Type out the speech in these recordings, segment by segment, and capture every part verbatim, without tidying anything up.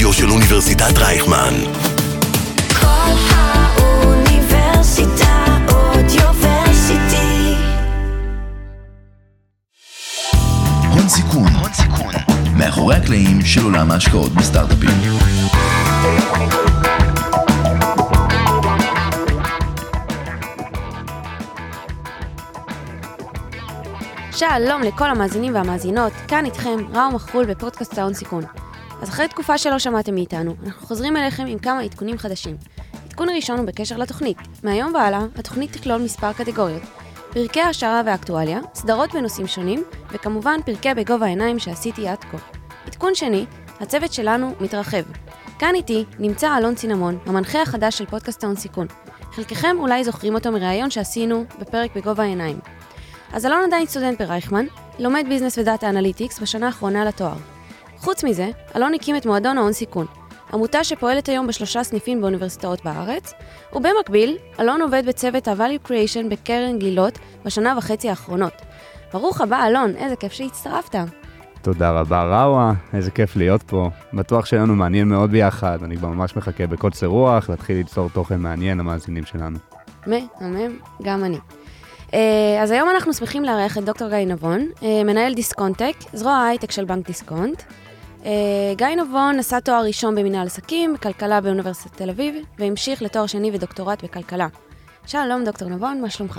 הרדיו של אוניברסיטת רייכמן. כל האוניברסיטה אודיוורסיטי. הון סיכון, הון סיכון. מאחורי הקלעים של עולם ההשקעות בסטארט-אפים. שלום לכל המאזינים והמאזינות, כאן איתכם ראו מחול בפודקאסט ההון סיכון. אז אחרי תקופה שלא שמעתם מאיתנו, אנחנו חוזרים אליכם עם כמה עדכונים חדשים. עדכון ראשון הוא בקשר לתוכנית. מהיום והלאה, התוכנית תכלול מספר קטגוריות. פרקי השערה ואקטואליה, סדרות בנושאים שונים, וכמובן פרקי בגובה העיניים שעשיתי עד כה. עדכון שני, הצוות שלנו מתרחב. כאן איתי נמצא אלון צינמון, המנחה החדש של פודקאסט ההון סיכון. חלקכם אולי זוכרים אותו מראיון שעשינו בפרק בגובה העיניים. אז אלון עדיין סטודנט ברייכמן, לומד ביזנס ודאטה אנליטיקס בשנה האחרונה לתואר. חוץ מזה, אלון הקים את מועדון ההון סיכון, עמותה שפועלת היום בשלושה סניפים באוניברסיטאות בארץ, ובמקביל, אלון עובד בצוות ה-Value Creation בקרן גלילות בשנה וחצי האחרונות. ברוך הבא אלון, איזה כיף שהצטרפת. תודה רבה ראווה, איזה כיף להיות פה. בטוח שלנו מעניין מאוד ביחד, אני כבר ממש מחכה בקוצר רוח להתחיל ליצור תוכן מעניין למאזינים שלנו. מהמם, גם אני. אז היום אנחנו שמחים לארח את דוקטור גיא נבון, מנהל דיסקונטק, זרוע ההייטק של בנק דיסקונט. גיא נבון עשה תואר ראשון במנהל עסקים, בכלכלה באוניברסיטת תל אביב, והמשיך לתואר שני ודוקטורט בכלכלה. שלום דוקטור נבון, מה שלומך?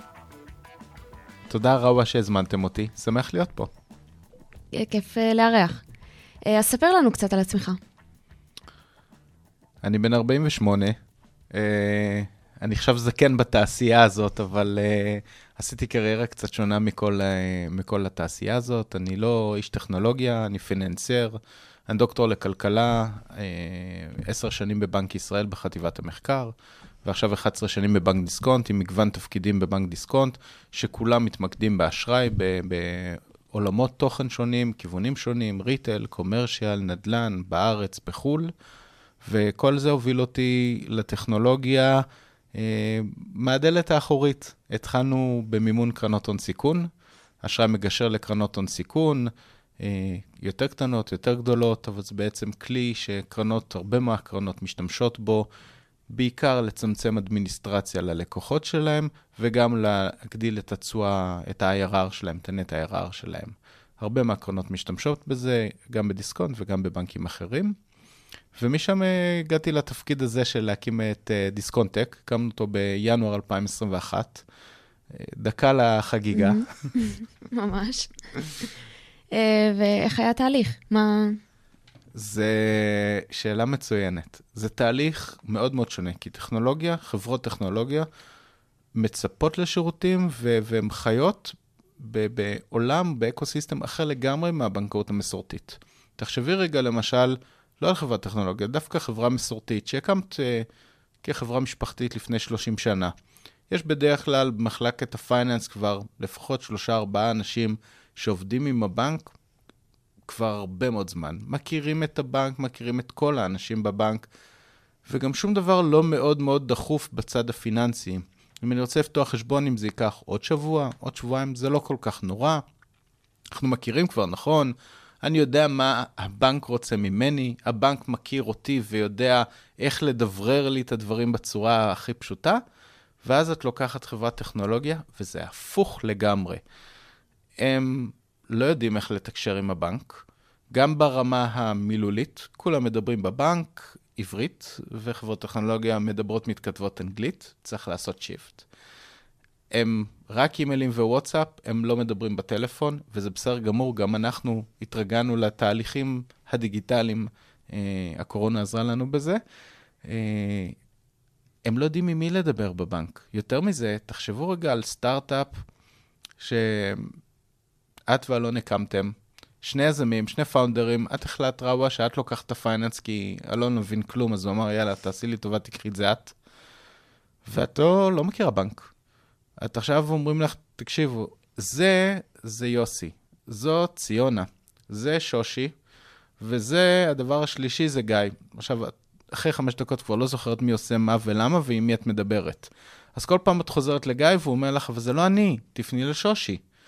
תודה רבה שהזמנתם אותי, שמח להיות פה. כיף לארח. אז ספר לנו קצת על עצמך. אני בן ארבעים ושמונה, אני חושב זקן בתעשייה הזאת, אבל uh, עשיתי קריירה קצת שונה מכל, uh, מכל התעשייה הזאת. אני לא איש טכנולוגיה, אני פיננסר, אני דוקטור לכלכלה, uh, עשר שנים בבנק ישראל בחטיבת המחקר, ועכשיו אחת עשרה שנים בבנק דיסקונט, עם מגוון תפקידים בבנק דיסקונט, שכולם מתמקדים באשראי, בעולמות תוכן שונים, כיוונים שונים, ריטל, קומרשיאל, נדל"ן, בארץ, בחול, וכל זה הוביל אותי לטכנולוגיה, מהדלת האחורית. התחלנו במימון קרנות הון סיכון, אשראי מגשר לקרנות הון סיכון, יותר קטנות, יותר גדולות, אבל זה בעצם כלי שקרנות, הרבה מהקרנות משתמשות בו, בעיקר לצמצם אדמיניסטרציה ללקוחות שלהם, וגם להגדיל את התשואה, את ה-איי אר אר שלהם, את הנט איי אר אר שלהם. הרבה מהקרנות משתמשות בזה, גם בדיסקונט וגם בבנקים אחרים. ומשם הגעתי לתפקיד הזה של להקים את דיסקונטק, קמנו אותו בינואר אלפיים עשרים ואחת, דקה לחגיגה. ממש. ואיך היה תהליך? מה... זה שאלה מצוינת. זה תהליך מאוד מאוד שונה, כי טכנולוגיה, חברות טכנולוגיה, מצפות לשירותים והן חיות בעולם, באקוסיסטם אחר לגמרי מהבנקאות המסורתית. תחשבי רגע למשל, לא על חברת טכנולוגיה, דווקא חברה מסורתית, שהקמת uh, כחברה משפחתית לפני שלושים שנה. יש בדרך כלל במחלקת הפייננס כבר לפחות שלושה ארבעה אנשים שעובדים עם הבנק כבר הרבה מאוד זמן. מכירים את הבנק, מכירים את כל האנשים בבנק, וגם שום דבר לא מאוד מאוד דחוף בצד הפיננסי. אם אני רוצה לפתוח חשבון, אם זה ייקח עוד שבוע, עוד שבועיים, זה לא כל כך נורא. אנחנו מכירים כבר, נכון? אני יודע מה הבנק רוצה ממני, הבנק מכיר אותי ויודע איך לדברר לי את הדברים בצורה הכי פשוטה, ואז את לוקחת חברת טכנולוגיה, וזה הפוך לגמרי. הם לא יודעים איך לתקשר עם הבנק, גם ברמה המילולית, כולם מדברים בבנק עברית, וחברות טכנולוגיה מדברות מתכתבות אנגלית, צריך לעשות שיפט. הם רק אימיילים ווואטסאפ, הם לא מדברים בטלפון, וזה בסדר גמור, גם אנחנו התרגענו לתהליכים הדיגיטליים, אה, הקורונה עזרה לנו בזה, אה, הם לא יודעים עם מי לדבר בבנק. יותר מזה, תחשבו רגע על סטארט-אפ, שאת ואלון הקמתם, שני יזמים, שני פאונדרים, את החלט ראווה שאת לוקחת את הפייננס, כי אלון מבין כלום, אז הוא אמר, יאללה, תעשי לי טובה, תקחי את זה את. ואת לא, לא מכירה בנק. את עכשיו אומרים לך, תקשיבו, זה, זה יוסי, זו ציונה, זה שושי, וזה הדבר השלישי, זה גיא. עכשיו, אחרי חמש דקות כבר לא זוכרת מי עושה מה ולמה, ועם מי את מדברת. אז כל פעם את חוזרת לגיא, והוא אומר לך, אבל זה לא אני, תפני לשושי.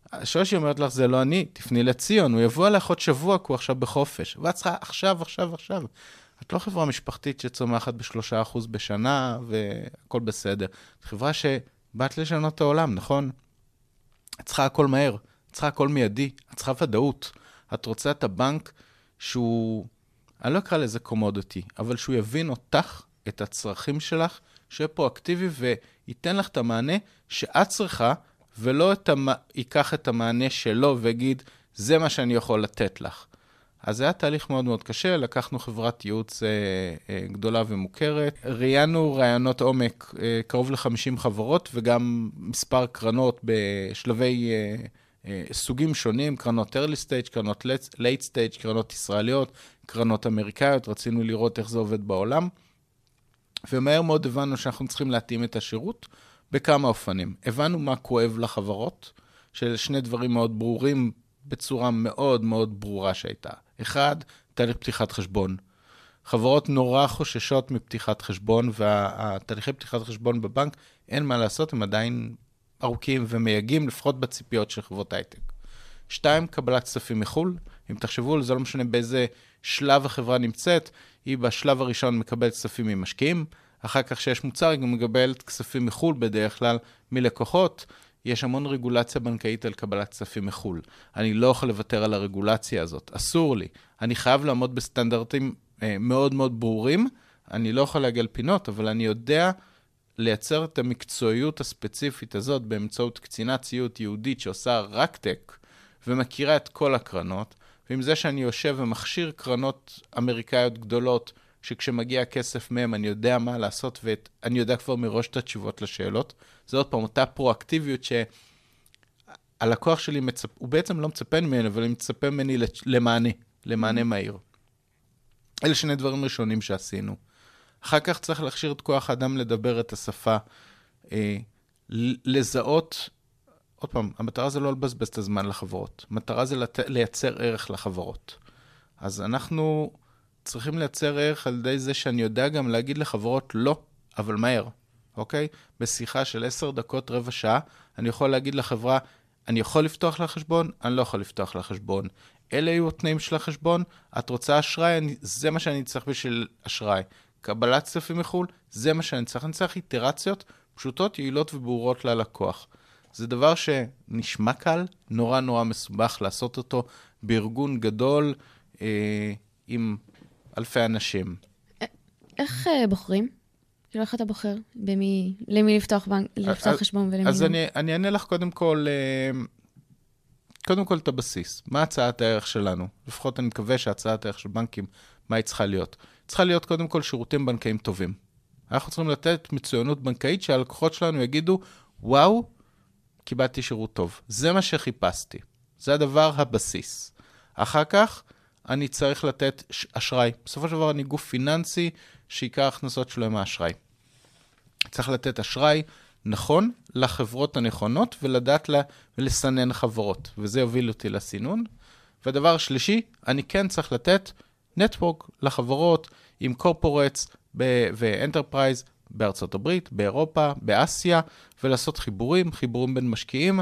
שושי אומרת לך, זה לא אני, תפני לציון, הוא יבוא עליך עוד שבוע, כי הוא עכשיו בחופש. ואת צריכה עכשיו, עכשיו, עכשיו. את לא חברה משפחתית שצומחת בשלושה אחוז בשנה, והכל בסדר. את חברה שבאת לשנות את העולם, נכון? את צריכה הכל מהר, את צריכה הכל מיידי, את צריכה ודאות. את רוצה את הבנק שהוא, אני לא אקרא לזה קומודיטי, אבל שהוא יבין אותך, את הצרכים שלך, שיהיה פרואקטיבי וייתן לך את המענה שאת צריכה, ולא את המ... ייקח את המענה שלו ויגיד, זה מה שאני יכול לתת לך. אז זה היה תהליך מאוד מאוד קשה, לקחנו חברת ייעוץ אה, אה, גדולה ומוכרת, ראיינו רעיונות עומק אה, קרוב ל-חמישים חברות, וגם מספר קרנות בשלבי אה, אה, סוגים שונים, קרנות early stage, קרנות late stage, קרנות ישראליות, קרנות אמריקאיות, רצינו לראות איך זה עובד בעולם, ומהר מאוד הבנו שאנחנו צריכים להתאים את השירות בכמה אופנים. הבנו מה כואב לחברות, שאלה שני דברים מאוד ברורים, בצורה מאוד מאוד ברורה שהייתה. אחד, תהליך פתיחת חשבון. חברות נורא חוששות מפתיחת חשבון, והתהליכי פתיחת חשבון בבנק, אין מה לעשות, הם עדיין ארוכים ומייגים, לפחות בציפיות של חברות הייטק. שתיים, קבלת כספים מחול. אם תחשבו, זה לא משנה באיזה שלב החברה נמצאת, היא בשלב הראשון מקבלת כספים ממשקיעים, אחר כך שיש מוצר, היא גם מקבלת כספים מחול, בדרך כלל מלקוחות. יש המון רגולציה בנקאית על קבלת כספים מחול. אני לא יכול לוותר על הרגולציה הזאת, אסור לי. אני חייב לעמוד בסטנדרטים אה, מאוד מאוד ברורים, אני לא יכול להגיע לפינות, אבל אני יודע לייצר את המקצועיות הספציפית הזאת, באמצעות קצינת ציות יהודית שעושה רק טק, ומכירה את כל הקרנות, ועם זה שאני יושב ומכשיר קרנות אמריקאיות גדולות, שכשמגיע הכסף מהם אני יודע מה לעשות, ואני יודע כבר מראש את התשובות לשאלות. זה עוד פעם, אותה פרואקטיביות שהלקוח שלי מצפ... הוא בעצם לא מצפה ממני, אבל הוא מצפה ממני למענה, למענה מהיר. אלה שני דברים ראשונים שעשינו. אחר כך צריך להכשיר את כוח האדם לדבר את השפה, אה, לזהות, עוד פעם, המטרה זה לא לבזבז את הזמן לחברות, המטרה זה לת... לייצר ערך לחברות. אז אנחנו צריכים לייצר ערך על ידי זה שאני יודע גם להגיד לחברות לא, אבל מהר, אוקיי? בשיחה של עשר דקות, רבע שעה, אני יכול להגיד לחברה, אני יכול לפתוח לה חשבון, אני לא יכול לפתוח לה חשבון. אלה יהיו התנאים של החשבון, את רוצה אשראי, אני, זה מה שאני צריך בשביל אשראי. קבלת כספים מחול, זה מה שאני צריך. אני צריך איטרציות פשוטות, יעילות וברורות ללקוח. זה דבר שנשמע קל, נורא נורא מסובך לעשות אותו בארגון גדול אה, עם אלפי אנשים. איך אה, בוחרים? כאילו איך אתה בוחר? במי, למי לפתוח, בנק, לפתוח אז, חשבון ולמי אז לא? אני, אני אענה לך קודם כל, אה, קודם כל את הבסיס. מה הצעת הערך שלנו? לפחות אני מקווה שהצעת הערך של בנקים, מה היא צריכה להיות? צריכה להיות קודם כל שירותים בנקאיים טובים. אנחנו צריכים לתת מצוינות בנקאית שהלקוחות שלנו יגידו, וואו, קיבלתי שירות טוב. זה מה שחיפשתי. זה הדבר הבסיס. אחר כך, אני צריך לתת אשראי. בסופו של דבר, אני גוף פיננסי שעיקר ההכנסות שלו עם האשראי. צריך לתת אשראי נכון לחברות הנכונות, ולדעת לה, ולסנן חברות. וזה יוביל אותי לסינון. והדבר השלישי, אני כן צריך לתת נטוורק לחברות עם קורפורטס ואנטרפרייז בארצות הברית, באירופה, באסיה, ולעשות חיבורים, חיבורים בין משקיעים,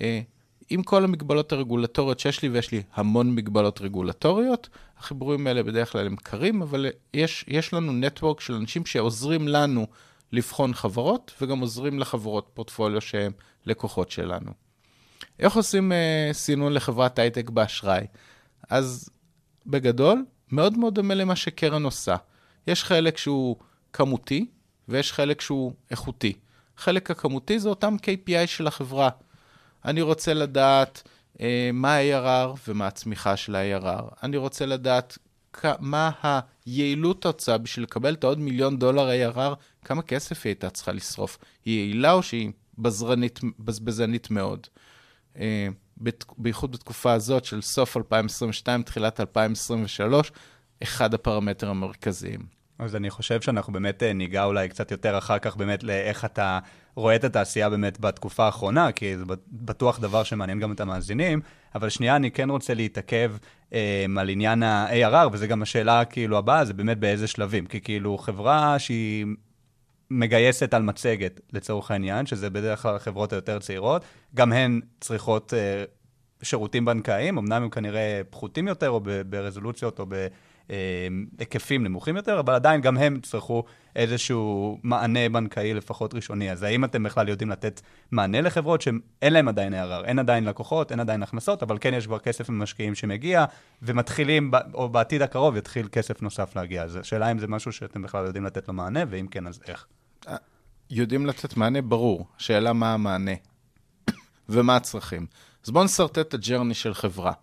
עם כל המגבלות הרגולטוריות שיש לי, ויש לי המון מגבלות רגולטוריות. החיבורים האלה בדרך כלל הם קרים, אבל יש, יש לנו נטוורק של אנשים שעוזרים לנו לבחון חברות, וגם עוזרים לחברות פורטפוליו שהם לקוחות שלנו. איך עושים אה, סינון לחברת הייטק באשראי? אז בגדול, מאוד מאוד דומה למה שקרן עושה. יש חלק שהוא כמותי, ויש חלק שהוא איכותי. חלק הכמותי זה אותם קיי פי איי של החברה. אני רוצה לדעת אה, מה ה-איי אר אר ומה הצמיחה של ה-איי אר אר. אני רוצה לדעת כ- מה היעילות ההוצאה בשביל לקבל את העוד מיליון דולר איי אר אר, כמה כסף היא הייתה צריכה לשרוף. היא יעילה או שהיא בזרנית, בזבזנית מאוד. אה, בת, בייחוד בתקופה הזאת של סוף אלפיים עשרים ושתיים, תחילת אלפיים עשרים ושלוש, אחד הפרמטרים המרכזיים. אז אני חושב שאנחנו באמת ניגע אולי קצת יותר אחר כך באמת לאיך אתה רואה את התעשייה באמת בתקופה האחרונה, כי זה בטוח דבר שמעניין גם את המאזינים, אבל שנייה אני כן רוצה להתעכב אה, על עניין ה-איי אר אר, וזה גם השאלה כאילו הבאה, זה באמת באיזה שלבים, כי כאילו חברה שהיא מגייסת על מצגת לצורך העניין, שזה בדרך כלל החברות היותר צעירות, גם הן צריכות אה, שירותים בנקאיים, אמנם הם כנראה פחותים יותר, או ב- ברזולוציות, או בהיקפים נמוכים יותר, אבל עדיין גם הם צריכו איזשהו מענה בנקאי לפחות ראשוני. אז האם אתם בכלל יודעים לתת מענה לחברות שאין להם עדיין הערר, אין עדיין לקוחות, אין עדיין הכנסות, אבל כן יש כבר כסף ממשקיעים שמגיע, ומתחילים, או בעתיד הקרוב יתחיל כסף נוסף להגיע. אז השאלה אם זה משהו שאתם בכלל יודעים לתת לו מענה, ואם כן, אז איך? יודעים לתת מענה, ברור. שאלה מה המענה ומה הצרכים. אז בואו נסרטט את הג'רני של חברה.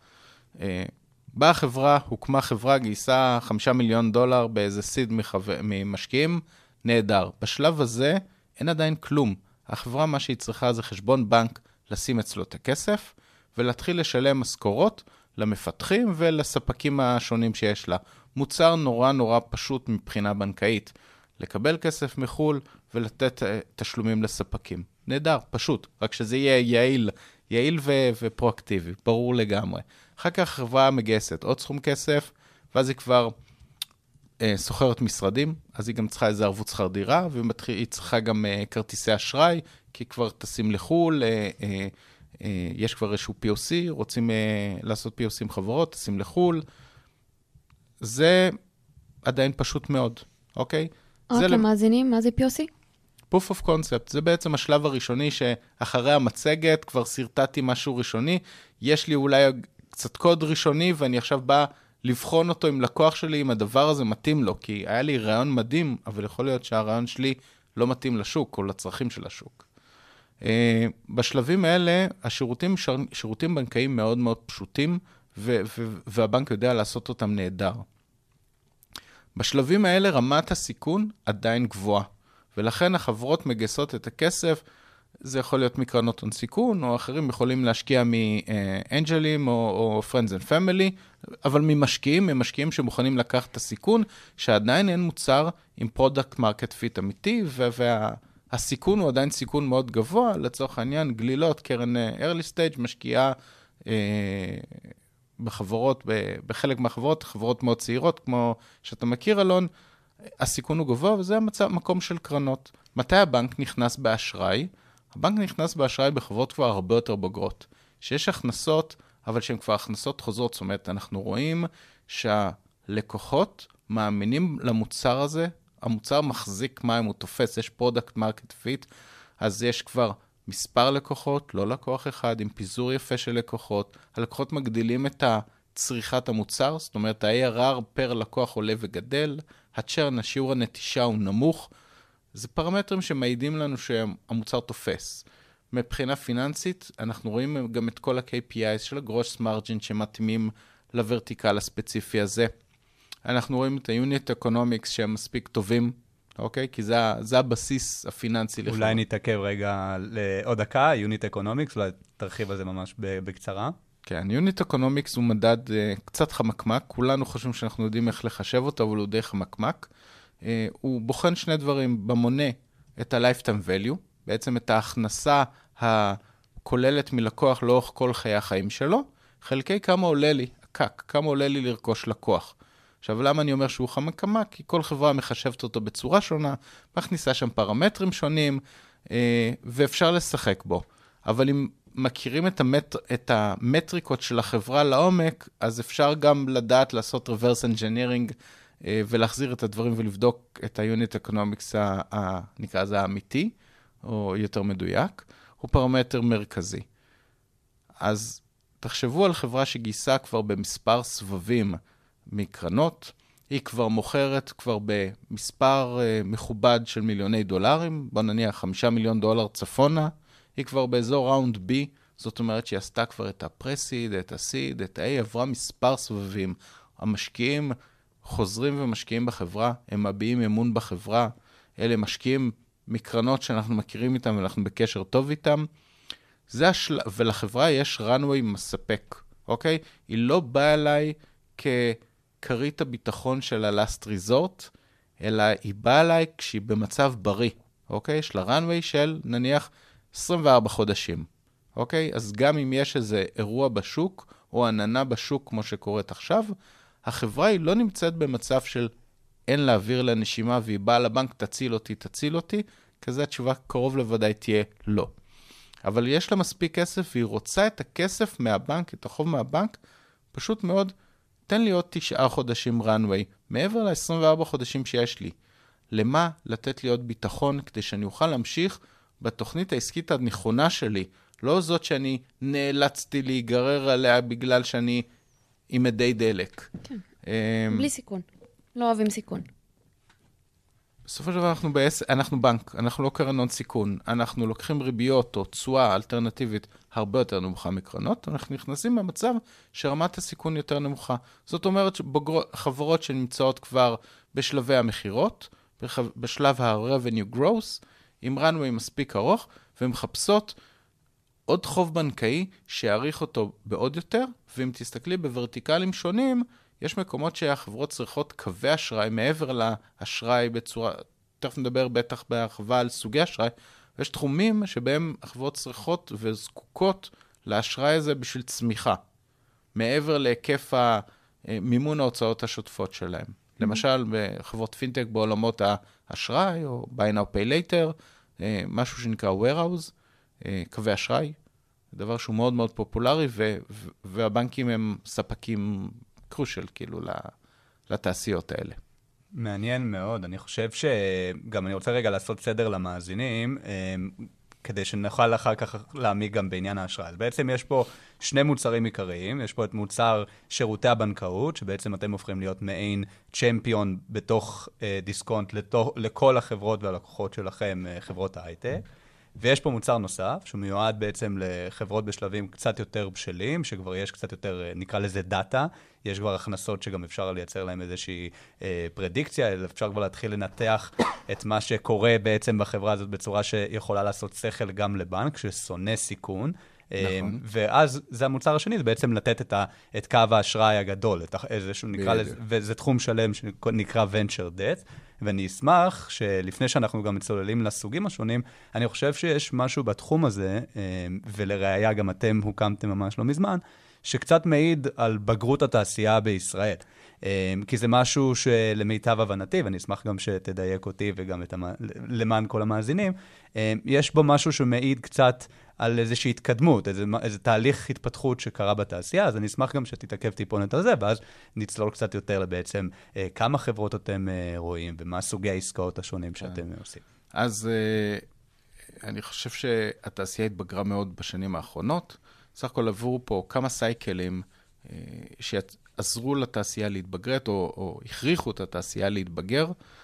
באה חברה, הוקמה חברה, גייסה חמישה מיליון דולר באיזה סיד מחו... ממשקיעים, נהדר. בשלב הזה אין עדיין כלום. החברה, מה שהיא צריכה זה חשבון בנק לשים אצלו את הכסף, ולהתחיל לשלם משכורות למפתחים ולספקים השונים שיש לה. מוצר נורא נורא פשוט מבחינה בנקאית. לקבל כסף מחול ולתת תשלומים לספקים. נהדר, פשוט. רק שזה יהיה יעיל, יעיל ו- ופרואקטיבי, ברור לגמרי. אחר כך החברה מגייסת עוד סכום כסף, ואז היא כבר אה, סוחרת משרדים, אז היא גם צריכה איזה ערבות שכר דירה, והיא צריכה גם אה, כרטיסי אשראי, כי כבר טסים לחול, אה, אה, אה, יש כבר איזשהו פי או סי, רוצים אה, לעשות פי או סי עם חברות, טסים לחול. זה עדיין פשוט מאוד, אוקיי? רק למאזינים, מה זה פי או סי? proof of concept, זה בעצם השלב הראשוני שאחרי המצגת כבר סרטטתי משהו ראשוני, יש לי אולי קצת קוד ראשוני ואני עכשיו בא לבחון אותו עם לקוח שלי, אם הדבר הזה מתאים לו, כי היה לי רעיון מדהים, אבל יכול להיות שהרעיון שלי לא מתאים לשוק או לצרכים של השוק. בשלבים האלה, השירותים, שירותים בנקאיים מאוד מאוד פשוטים, ו- ו- והבנק יודע לעשות אותם נהדר. בשלבים האלה רמת הסיכון עדיין גבוהה. ולכן החברות מגייסות את הכסף, זה יכול להיות מקרנות הון סיכון, או אחרים יכולים להשקיע מאנג'לים או, או friends and family, אבל ממשקיעים, ממשקיעים שמוכנים לקחת את הסיכון, שעדיין אין מוצר עם product market fit אמיתי, והסיכון הוא עדיין סיכון מאוד גבוה, לצורך העניין גלילות, קרן early stage, משקיעה אה, בחברות, בחלק מהחברות, חברות מאוד צעירות, כמו שאתה מכיר אלון, הסיכון הוא גבוה, וזה המצב, מקום של קרנות. מתי הבנק נכנס באשראי? הבנק נכנס באשראי בחברות כבר הרבה יותר בוגרות. שיש הכנסות, אבל שהן כבר הכנסות חוזרות. זאת אומרת, אנחנו רואים שהלקוחות מאמינים למוצר הזה, המוצר מחזיק מים, הוא תופס, יש product market fit, אז יש כבר מספר לקוחות, לא לקוח אחד, עם פיזור יפה של לקוחות. הלקוחות מגדילים את צריכת המוצר, זאת אומרת, ה-איי אר אר פר לקוח עולה וגדל, הצ'רן, השיעור הנטישה הוא נמוך, זה פרמטרים שמעידים לנו שהמוצר תופס. מבחינה פיננסית, אנחנו רואים גם את כל ה-קיי פי איי של ה-Gross Margin שמתאימים לוורטיקל הספציפי הזה. אנחנו רואים את ה-Unit Economics שהם מספיק טובים, אוקיי? כי זה, זה הבסיס הפיננסי. אולי לחברה. נתעכב רגע לעוד דקה, Unit Economics, אולי תרחיב על זה ממש בקצרה. כן, Unit Economics הוא מדד uh, קצת חמקמק, כולנו חושבים שאנחנו יודעים איך לחשב אותו, אבל הוא די חמקמק. Uh, הוא בוחן שני דברים, במונה את ה-Lifetime Value, בעצם את ההכנסה הכוללת מלקוח לאורך כל חיי החיים שלו, חלקי כמה עולה לי, הקק, כמה עולה לי לרכוש לקוח. עכשיו, למה אני אומר שהוא חמקמק? כי כל חברה מחשבת אותו בצורה שונה, מכניסה שם פרמטרים שונים, uh, ואפשר לשחק בו. אבל אם מכירים את, המט... את המטריקות של החברה לעומק, אז אפשר גם לדעת לעשות reverse engineering אה, ולהחזיר את הדברים ולבדוק את ה-unit economics, ה... ה... נקרא זה האמיתי, או יותר מדויק, הוא פרמטר מרכזי. אז תחשבו על חברה שגייסה כבר במספר סבבים מקרנות, היא כבר מוכרת כבר במספר אה, מכובד של מיליוני דולרים, בוא נניח חמישה מיליון דולר צפונה, היא כבר באזור ראונד B, זאת אומרת שהיא עשתה כבר את הפרסיד, את הסיד, את ה-A, עברה מספר סבבים. המשקיעים חוזרים ומשקיעים בחברה, הם מביעים אמון בחברה, אלה משקיעים מקרנות שאנחנו מכירים איתם ואנחנו בקשר טוב איתם. זה השל... ולחברה יש runway מספק, אוקיי? היא לא באה אליי ככרית הביטחון של ה-last resort, אלא היא באה אליי כשהיא במצב בריא, אוקיי? יש לה runway של נניח עשרים וארבעה חודשים, אוקיי? אז גם אם יש איזה אירוע בשוק, או עננה בשוק כמו שקורית עכשיו, החברה היא לא נמצאת במצב של אין להעביר לנשימה, והיא באה לבנק, תציל אותי, תציל אותי, כזה התשובה קרוב לוודאי תהיה לא. אבל יש לה מספיק כסף, והיא רוצה את הכסף מהבנק, את החוב מהבנק, פשוט מאוד, תן לי עוד תשעה חודשים runway, מעבר ל-עשרים וארבעה חודשים שיש לי. למה לתת לי עוד ביטחון, כדי שאני אוכל להמשיך בתוכנית העסקית הנכונה שלי, לא זאת שאני נאלצתי להיגרר עליה בגלל שאני עם מדי דלק. כן, בלי סיכון. לא אוהבים סיכון. בסופו של דבר אנחנו, בעס... אנחנו בנק, אנחנו לא קרן הון סיכון, אנחנו לוקחים ריביות או תשואה אלטרנטיבית הרבה יותר נמוכה מקרנות, אנחנו נכנסים במצב שרמת הסיכון יותר נמוכה. זאת אומרת שחברות שנמצאות כבר בשלבי המחירות, בשלב ה-revenue growth, עם runway מספיק ארוך, ומחפשות עוד חוב בנקאי שיעריך אותו בעוד יותר, ואם תסתכלי בוורטיקלים שונים, יש מקומות שהחברות צריכות קווי אשראי מעבר לאשראי בצורה, תכף נדבר בטח בהרחבה על סוגי אשראי, ויש תחומים שבהם החברות צריכות וזקוקות לאשראי הזה בשביל צמיחה, מעבר להיקף מימון ההוצאות השוטפות שלהם. Mm-hmm. למשל, בחברות פינטק בעולמות האשראי, או buy now pay later, משהו שנקרא warehouse, קווי אשראי, דבר שהוא מאוד מאוד פופולרי, ו- והבנקים הם ספקים קרושל, כאילו, לתעשיות האלה. מעניין מאוד. אני חושב שגם אני רוצה רגע לעשות סדר למאזינים, כדי שנוכל אחר כך להעמיק גם בעניין האשראי. אז בעצם יש פה שני מוצרים עיקריים, יש פה את מוצר שירותי הבנקאות, שבעצם אתם הופכים להיות מעין צ'מפיון בתוך דיסקונט לתוך, לכל החברות והלקוחות שלכם, חברות ההייטק. ויש פה מוצר נוסף, שהוא מיועד בעצם לחברות בשלבים קצת יותר בשלים, שכבר יש קצת יותר, נקרא לזה דאטה, יש כבר הכנסות שגם אפשר לייצר להם איזושהי אה, פרדיקציה, אפשר כבר להתחיל לנתח את מה שקורה בעצם בחברה הזאת בצורה שיכולה לעשות שכל גם לבנק, ששונא סיכון. נכון. ואז זה המוצר השני, זה בעצם לתת את, ה, את קו האשראי הגדול, את איזשהו נקרא לזה, וזה תחום שלם שנקרא venture debt, ואני אשמח שלפני שאנחנו גם מצוללים לסוגים השונים, אני חושב שיש משהו בתחום הזה, ולראיה גם אתם הוקמתם ממש לא מזמן, שקצת מעיד על בגרות התעשייה בישראל. כי זה משהו שלמיטב הבנתי, ואני אשמח גם שתדייק אותי וגם את המ... למען כל המאזינים, יש בו משהו שמעיד קצת על איזושהי התקדמות, איזה, איזה תהליך התפתחות שקרה בתעשייה, אז אני אשמח גם שתתעכב טיפונת על זה, ואז נצלול קצת יותר לבעצם אה, כמה חברות אתם אה, רואים, ומה סוגי העסקאות השונים שאתם אה, עושים. אז אה, אני חושב שהתעשייה התבגרה מאוד בשנים האחרונות, סך הכל עברו פה כמה סייקלים אה, שעזרו לתעשייה להתבגרת, או, או הכריחו את התעשייה להתבגר,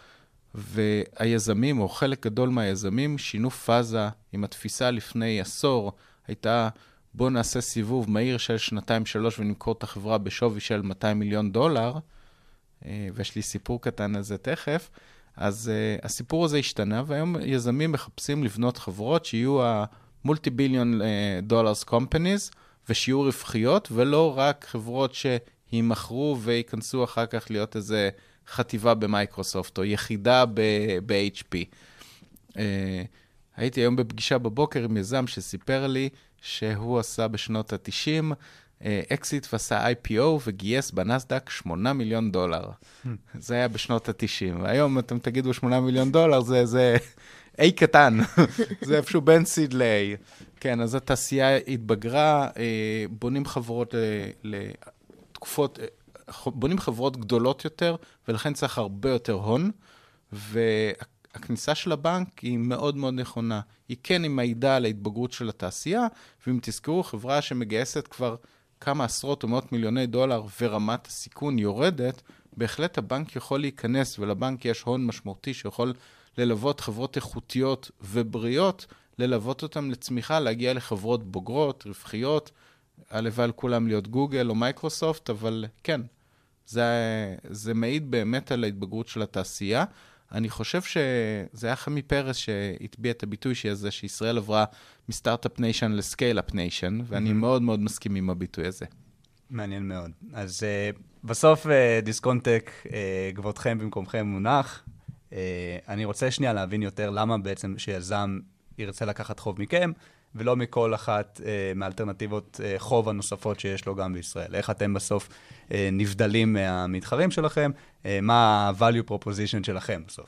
והיזמים, או חלק גדול מהיזמים, שינו פאזה עם התפיסה לפני עשור, הייתה בוא נעשה סיבוב מהיר של שנתיים שלוש ונמכור את החברה בשווי של מאתיים מיליון דולר, ויש לי סיפור קטן על זה תכף, אז uh, הסיפור הזה השתנה, והיום יזמים מחפשים לבנות חברות שיהיו ה-multi-billion dollars companies, ושיהיו רווחיות, ולא רק חברות שימכרו וייכנסו אחר כך להיות איזה חטיבה במייקרוסופט, או יחידה ב-אייץ' פי. Uh, הייתי היום בפגישה בבוקר עם יזם שסיפר לי שהוא עשה בשנות ה-תשעים, אקסיט ועשה איי פי או וגייס בנסדק שמונה מיליון דולר. זה היה בשנות ה-תשעים. והיום אתם תגידו שמונה מיליון דולר, זה, זה איי קטן. זה איפשהו בין סיד ל-A. כן, אז התעשייה התבגרה, בונים חברות לתקופות, בונים חברות גדולות יותר, ולכן צריך הרבה יותר הון, והכניסה של הבנק היא מאוד מאוד נכונה. היא כן היא מעידה על ההתבגרות של התעשייה, ואם תזכרו, חברה שמגייסת כבר כמה עשרות או מאות מיליוני דולר ורמת הסיכון יורדת, בהחלט הבנק יכול להיכנס, ולבנק יש הון משמעותי שיכול ללוות חברות איכותיות ובריאות, ללוות אותם לצמיחה, להגיע לחברות בוגרות, רווחיות, הלוואי על כולם להיות גוגל או מייקרוסופט, אבל כן, זה, זה מעיד באמת על ההתבגרות של התעשייה. אני חושב שזה היה חמי פרס שהטביע את הביטוי שזה, שישראל עברה מסטארט-אפ ניישן לסקייל-אפ ניישן, ואני מאוד מאוד מסכים עם הביטוי הזה. מעניין מאוד. אז uh, בסוף uh, דיסקונטק, uh, כבודכם במקומכם מונח. Uh, אני רוצה שנייה להבין יותר למה בעצם שיזם ירצה לקחת חוב מכם, ולא מכל אחת אה, מאלטרנטיבות אה, חוב הנוספות שיש לו גם בישראל. איך אתם בסוף אה, נבדלים מהמתחרים שלכם, אה, מה ה-value proposition שלכם בסוף?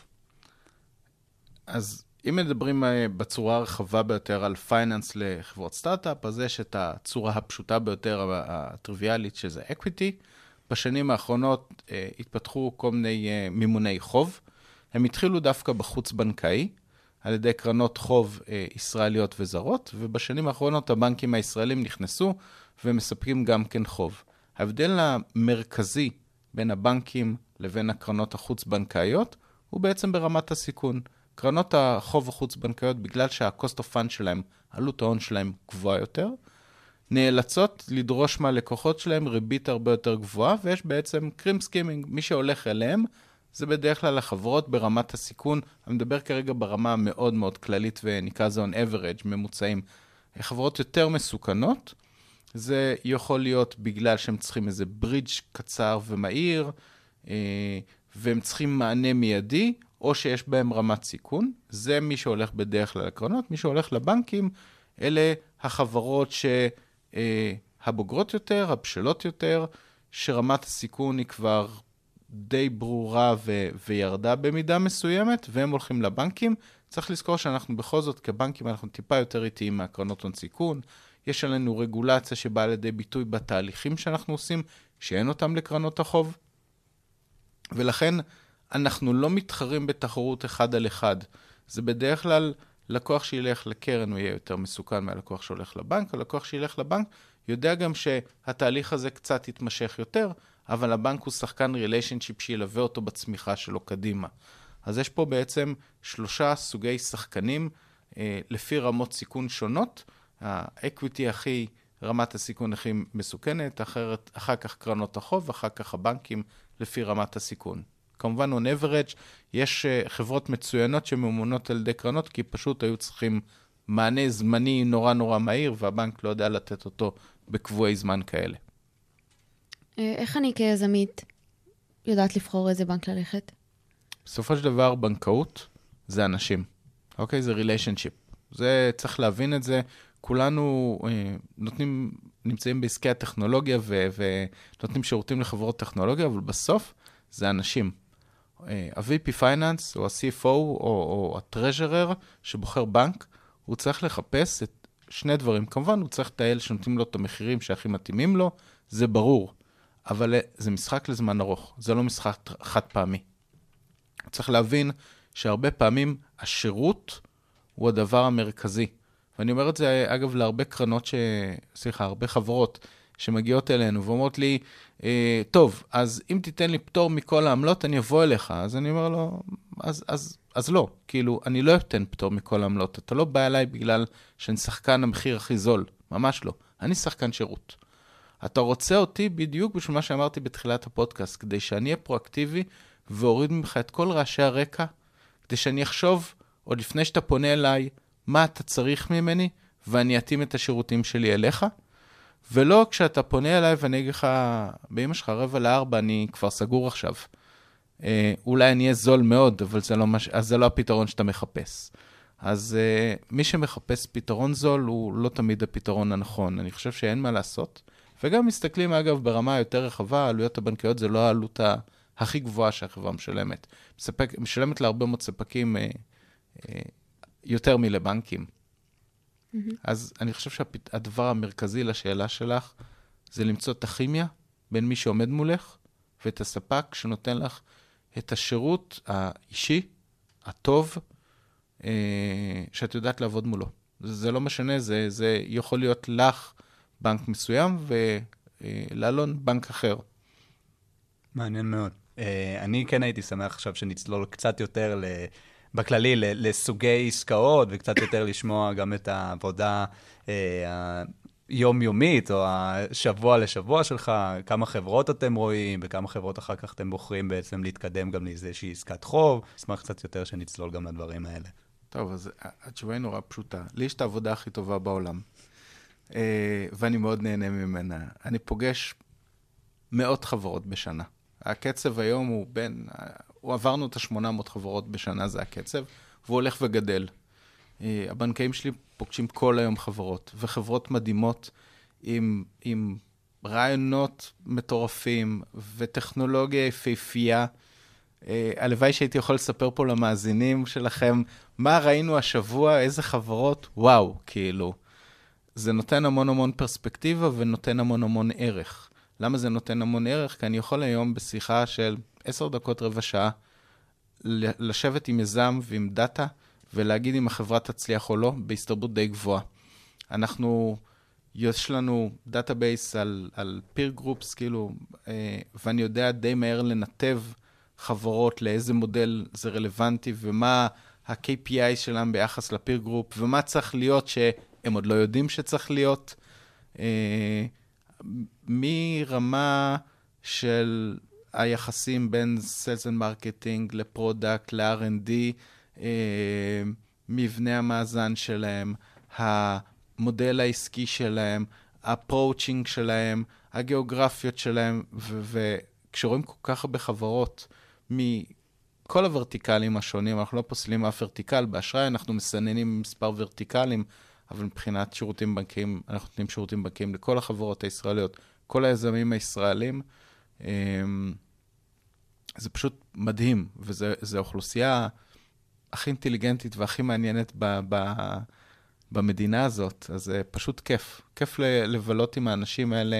אז אם מדברים בצורה הרחבה ביותר על פייננס לחברות סטארט-אפ, אז יש את הצורה הפשוטה ביותר, הטריוויאלית, שזה אקוויטי. בשנים האחרונות אה, התפתחו כל מיני אה, מימוני חוב. הם התחילו דווקא בחוץ בנקאי, על ידי קרנות חוב אה, ישראליות וזרות, ובשנים האחרונות הבנקים הישראלים נכנסו ומספקים גם כן חוב. ההבדל המרכזי בין הבנקים לבין הקרנות החוץ בנקאיות, הוא בעצם ברמת הסיכון. קרנות החוב החוץ בנקאיות, בגלל שה-cost of fund שלהם, עלות ההון שלהם גבוהה יותר, נאלצות לדרוש מהלקוחות שלהם ריבית הרבה יותר גבוהה, ויש בעצם קרים סקימינג. מי שהולך אליהם, זה בדרך כלל החברות ברמת הסיכון. אני מדבר כרגע ברמה מאוד מאוד כללית, ונקרא זה on average, ממוצעים. חברות יותר מסוכנות, זה יכול להיות בגלל שהם צריכים איזה ברידג' קצר ומהיר, והם צריכים מענה מיידי, או שיש בהם רמת סיכון. זה מי שהולך בדרך כלל לקרנות. מי שהולך לבנקים, אלה החברות שהבוגרות יותר, הבשלות יותר, שרמת הסיכון היא כבר די ברורה ו- וירדה במידה מסוימת, והם הולכים לבנקים. צריך לזכור שאנחנו בכל זאת כבנקים, אנחנו טיפה יותר איטיים מהקרנות הון סיכון. יש עלינו רגולציה שבאה לידי ביטוי בתהליכים שאנחנו עושים, שאין אותם לקרנות החוב. ולכן אנחנו לא מתחרים בתחרות אחד על אחד. זה בדרך כלל לקוח שילך לקרן הוא יהיה יותר מסוכן מהלקוח שהולך לבנק, הלקוח שילך לבנק יודע גם שהתהליך הזה קצת יתמשך יותר, אבל הבנק הוא שחקן ריליישנשיפ שילווה אותו בצמיחה שלו קדימה. אז יש פה בעצם שלושה סוגי שחקנים אה, לפי רמות סיכון שונות. האקוויטי הכי, רמת הסיכון הכי מסוכנת, אחרת, אחר כך קרנות החוב, אחר כך הבנקים לפי רמת הסיכון. כמובן, on average, יש uh, חברות מצוינות שממונות על ידי קרנות, כי פשוט היו צריכים מענה זמני נורא נורא מהיר, והבנק לא יודע לתת אותו בקבועי זמן כאלה. איך אני כיזמית יודעת לבחור איזה בנק ללכת? בסופו של דבר, בנקאות זה אנשים. אוקיי? זה relationship. זה, צריך להבין את זה. כולנו אה, נותנים, נמצאים בעסקי הטכנולוגיה ו- ונותנים שירותים לחברות טכנולוגיה, אבל בסוף זה אנשים. ה-וי פי Finance או ה-סי אף או או, או ה-Treasurer שבוחר בנק, הוא צריך לחפש את שני דברים. כמובן, הוא צריך את האלה שנותנים לו את המחירים שהכי מתאימים לו, זה ברור. אבל זה משחק לזמן ארוך, זה לא משחק חד פעמי. צריך להבין שהרבה פעמים השירות הוא הדבר המרכזי. ואני אומר את זה, אגב, להרבה קרנות, ש... סליחה, הרבה חברות שמגיעות אלינו ואומרות לי, אה, טוב, אז אם תיתן לי פטור מכל העמלות, אני אבוא אליך. אז אני אומר לו, אז, אז, אז לא. כאילו, אני לא אתן פטור מכל העמלות. אתה לא בא אליי בגלל שאני שחקן המחיר הכי זול. ממש לא. אני שחקן שירות. אתה רוצה אותי בדיוק בשביל מה שאמרתי בתחילת הפודקאסט, כדי שאני אהיה פרואקטיבי והוריד ממך את כל רעשי הרקע, כדי שאני אחשוב, עוד לפני שאתה פונה אליי, מה אתה צריך ממני, ואני אתאים את השירותים שלי אליך, ולא כשאתה פונה אליי ואני אגיד לך, באמא שלך רבע לארבע, אני כבר סגור עכשיו. אה, אולי אני אהיה זול מאוד, אבל זה לא, מש... אז זה לא הפתרון שאתה מחפש. אז אה, מי שמחפש פתרון זול, הוא לא תמיד הפתרון הנכון. אני חושב שאין מה לעשות. וגם מסתכלים, אגב, ברמה יותר רחבה, העלויות הבנקיות זה לא העלות הכי גבוהה שהחברה משלמת. מספק, משלמת להרבה מאוד ספקים אה, אה, יותר מלבנקים. Mm-hmm. אז אני חושב שהדבר המרכזי לשאלה שלך, זה למצוא את הכימיה בין מי שעומד מולך, ואת הספק שנותן לך את השירות האישי, הטוב, אה, שאת יודעת לעבוד מולו. זה, זה לא משנה, זה, זה יכול להיות לך, בנק מסוים, ולאלון בנק אחר. מעניין מאוד. אני כן הייתי שמח עכשיו שנצלול קצת יותר בכללי לסוגי עסקאות, וקצת יותר לשמוע גם את העבודה היומיומית, או השבוע לשבוע שלך, כמה חברות אתם רואים, וכמה חברות אחר כך אתם בוחרים בעצם להתקדם גם לאיזושהי עסקת חוב. אשמח קצת יותר שנצלול גם לדברים האלה. טוב, אז התשובה היא נורא פשוטה. לי יש את העבודה הכי טובה בעולם. Uh, ואני מאוד נהנה ממנה. אני פוגש מאות חברות בשנה. הקצב היום הוא בין, הוא עברנו את ה-שמונה מאות חברות בשנה, זה הקצב, והוא הולך וגדל. Uh, הבנקאים שלי פוגשים כל היום חברות, וחברות מדהימות עם, עם רעיונות מטורפים וטכנולוגיה יפהפייה. הלוואי שהייתי יכול לספר פה למאזינים שלכם מה ראינו השבוע, איזה חברות, וואו, כאילו. זה נותן המון המון פרספקטיבה ונותן המון המון ערך. למה זה נותן המון ערך? כי אני יכול היום בשיחה של עשר דקות רבע שעה, לשבת עם יזם ועם דאטה, ולהגיד אם החברה תצליח או לא, בהסתברות די גבוהה. אנחנו, יש לנו דאטאבייס על, על peer groups, כאילו, ואני יודע די מהר לנתב חברות לאיזה מודל זה רלוונטי, ומה ה-K P I שלהם ביחס לפיר גרופ, ומה צריך להיות שהם עוד לא יודעים שצריך להיות. מרמה של היחסים בין Sales and Marketing לפרודקט, ל-אר אנד די, מבנה המאזן שלהם, המודל העסקי שלהם, הפרוצ'ינג שלהם, הגיאוגרפיות שלהם, וכשרואים כל כך הרבה חברות מכל הוורטיקלים השונים, אנחנו לא פוסלים אף ורטיקל, באשראי אנחנו מסננים מספר ורטיקלים, אבל מבחינת שירותים בנקיים, אנחנו נותנים שירותים בנקיים לכל החברות הישראליות, כל היזמים הישראלים. זה פשוט מדהים, וזו האוכלוסייה הכי אינטליגנטית והכי מעניינת ב, ב, במדינה הזאת, אז זה פשוט כיף. כיף לבלות עם האנשים האלה,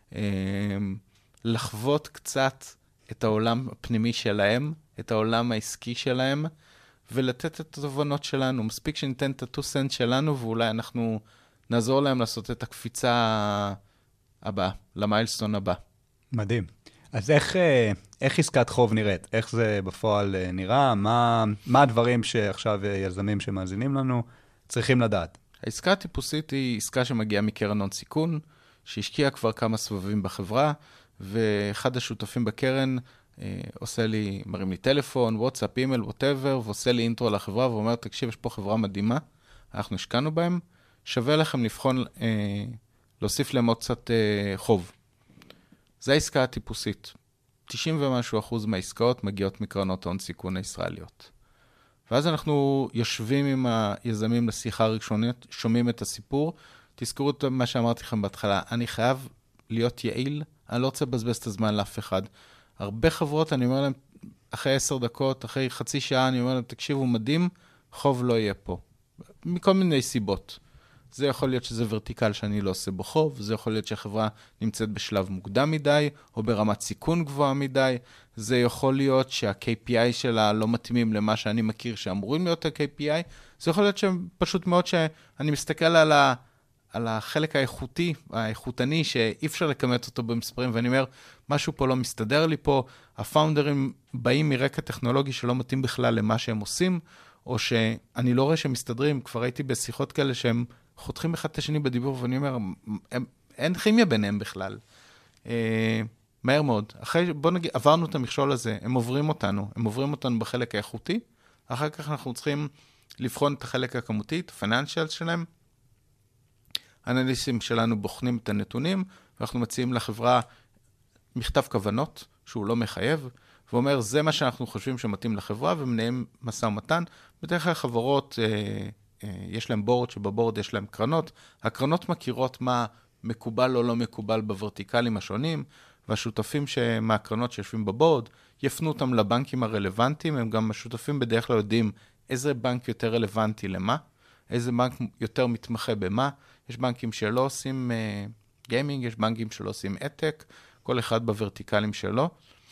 לחוות קצת את העולם הפנימי שלהם, את העולם העסקי שלהם, ולתת את התובנות שלנו. מספיק שניתן את ה-two cents שלנו, ואולי אנחנו נעזור להם לעשות את הקפיצה הבאה, למיילסטון הבא. מדהים. אז איך, איך עסקת חוב נראית? איך זה בפועל נראה? מה, מה הדברים שעכשיו יזמים שמאזינים לנו צריכים לדעת? העסקה הטיפוסית היא עסקה שמגיעה מקרן הון סיכון, שהשקיעה כבר כמה סבבים בחברה, ואחד השותפים בקרן אה, עושה לי, מרים לי טלפון, וואטסאפ, אימייל, ווטאבר, ועושה לי אינטרו לחברה, ואומר, תקשיב, יש פה חברה מדהימה, אנחנו השקענו בהם, שווה לכם לבחון, אה, להוסיף להם עוד קצת אה, חוב. זו העסקה הטיפוסית. תשעים ומשהו אחוז מהעסקאות מגיעות מקרנות הון סיכון הישראליות. ואז אנחנו יושבים עם היזמים לשיחה הראשונית, שומעים את הסיפור, תזכרו את מה שאמרתי לכם בהתחלה, אני חייב להיות יעיל, אני לא רוצה לבזבז את הזמן לאף אחד. הרבה חברות, אני אומר להם, אחרי עשר דקות, אחרי חצי שעה, אני אומר להם, תקשיבו, מדהים, חוב לא יהיה פה. מכל מיני סיבות. זה יכול להיות שזה ורטיקל שאני לא עושה בו חוב, זה יכול להיות שהחברה נמצאת בשלב מוקדם מדי, או ברמת סיכון גבוהה מדי, זה יכול להיות שה-K P I שלה לא מתאימים למה שאני מכיר שאמורים להיות ה-K P I, זה יכול להיות שפשוט מאוד שאני מסתכל על, ה, על החלק האיכותי, האיכותני, שאי אפשר לקמת אותו במספרים, ואני אומר, משהו פה לא מסתדר לי פה, הפאונדרים באים מרקע טכנולוגי שלא מתאים בכלל למה שהם עושים, או שאני לא רואה שהם מסתדרים, כבר הייתי בשיחות כאלה שהם חותכים אחד את השני בדיבור, ואני אומר, הם, אין כימיה ביניהם בכלל. אה, מהר מאוד. אחרי, בוא נגיד, עברנו את המכשול הזה, הם עוברים אותנו, הם עוברים אותנו בחלק האיכותי, אחר כך אנחנו צריכים לבחון את החלק הכמותי, את הפיננשיאל שלהם. האנליסטים שלנו בוחנים את הנתונים, ואנחנו מציעים לחברה מכתב כוונות, שהוא לא מחייב, ואומר, זה מה שאנחנו חושבים שמתאים לחברה, ומנהים משא ומתן. בדרך כלל חברות, אה, יש להם בורד, שבבורד יש להם קרנות. הקרנות מכירות מה מקובל או לא מקובל בוורטיקלים השונים, והשותפים מהקרנות שיושבים בבורד, יפנו אותם לבנקים הרלוונטיים, הם גם השותפים בדרך כלל יודעים איזה בנק יותר רלוונטי למה, איזה בנק יותר מתמחה במה. יש בנקים שלא עושים גיימינג, uh, יש בנקים שלא עושים אתק, כל אחד בוורטיקלים שלו,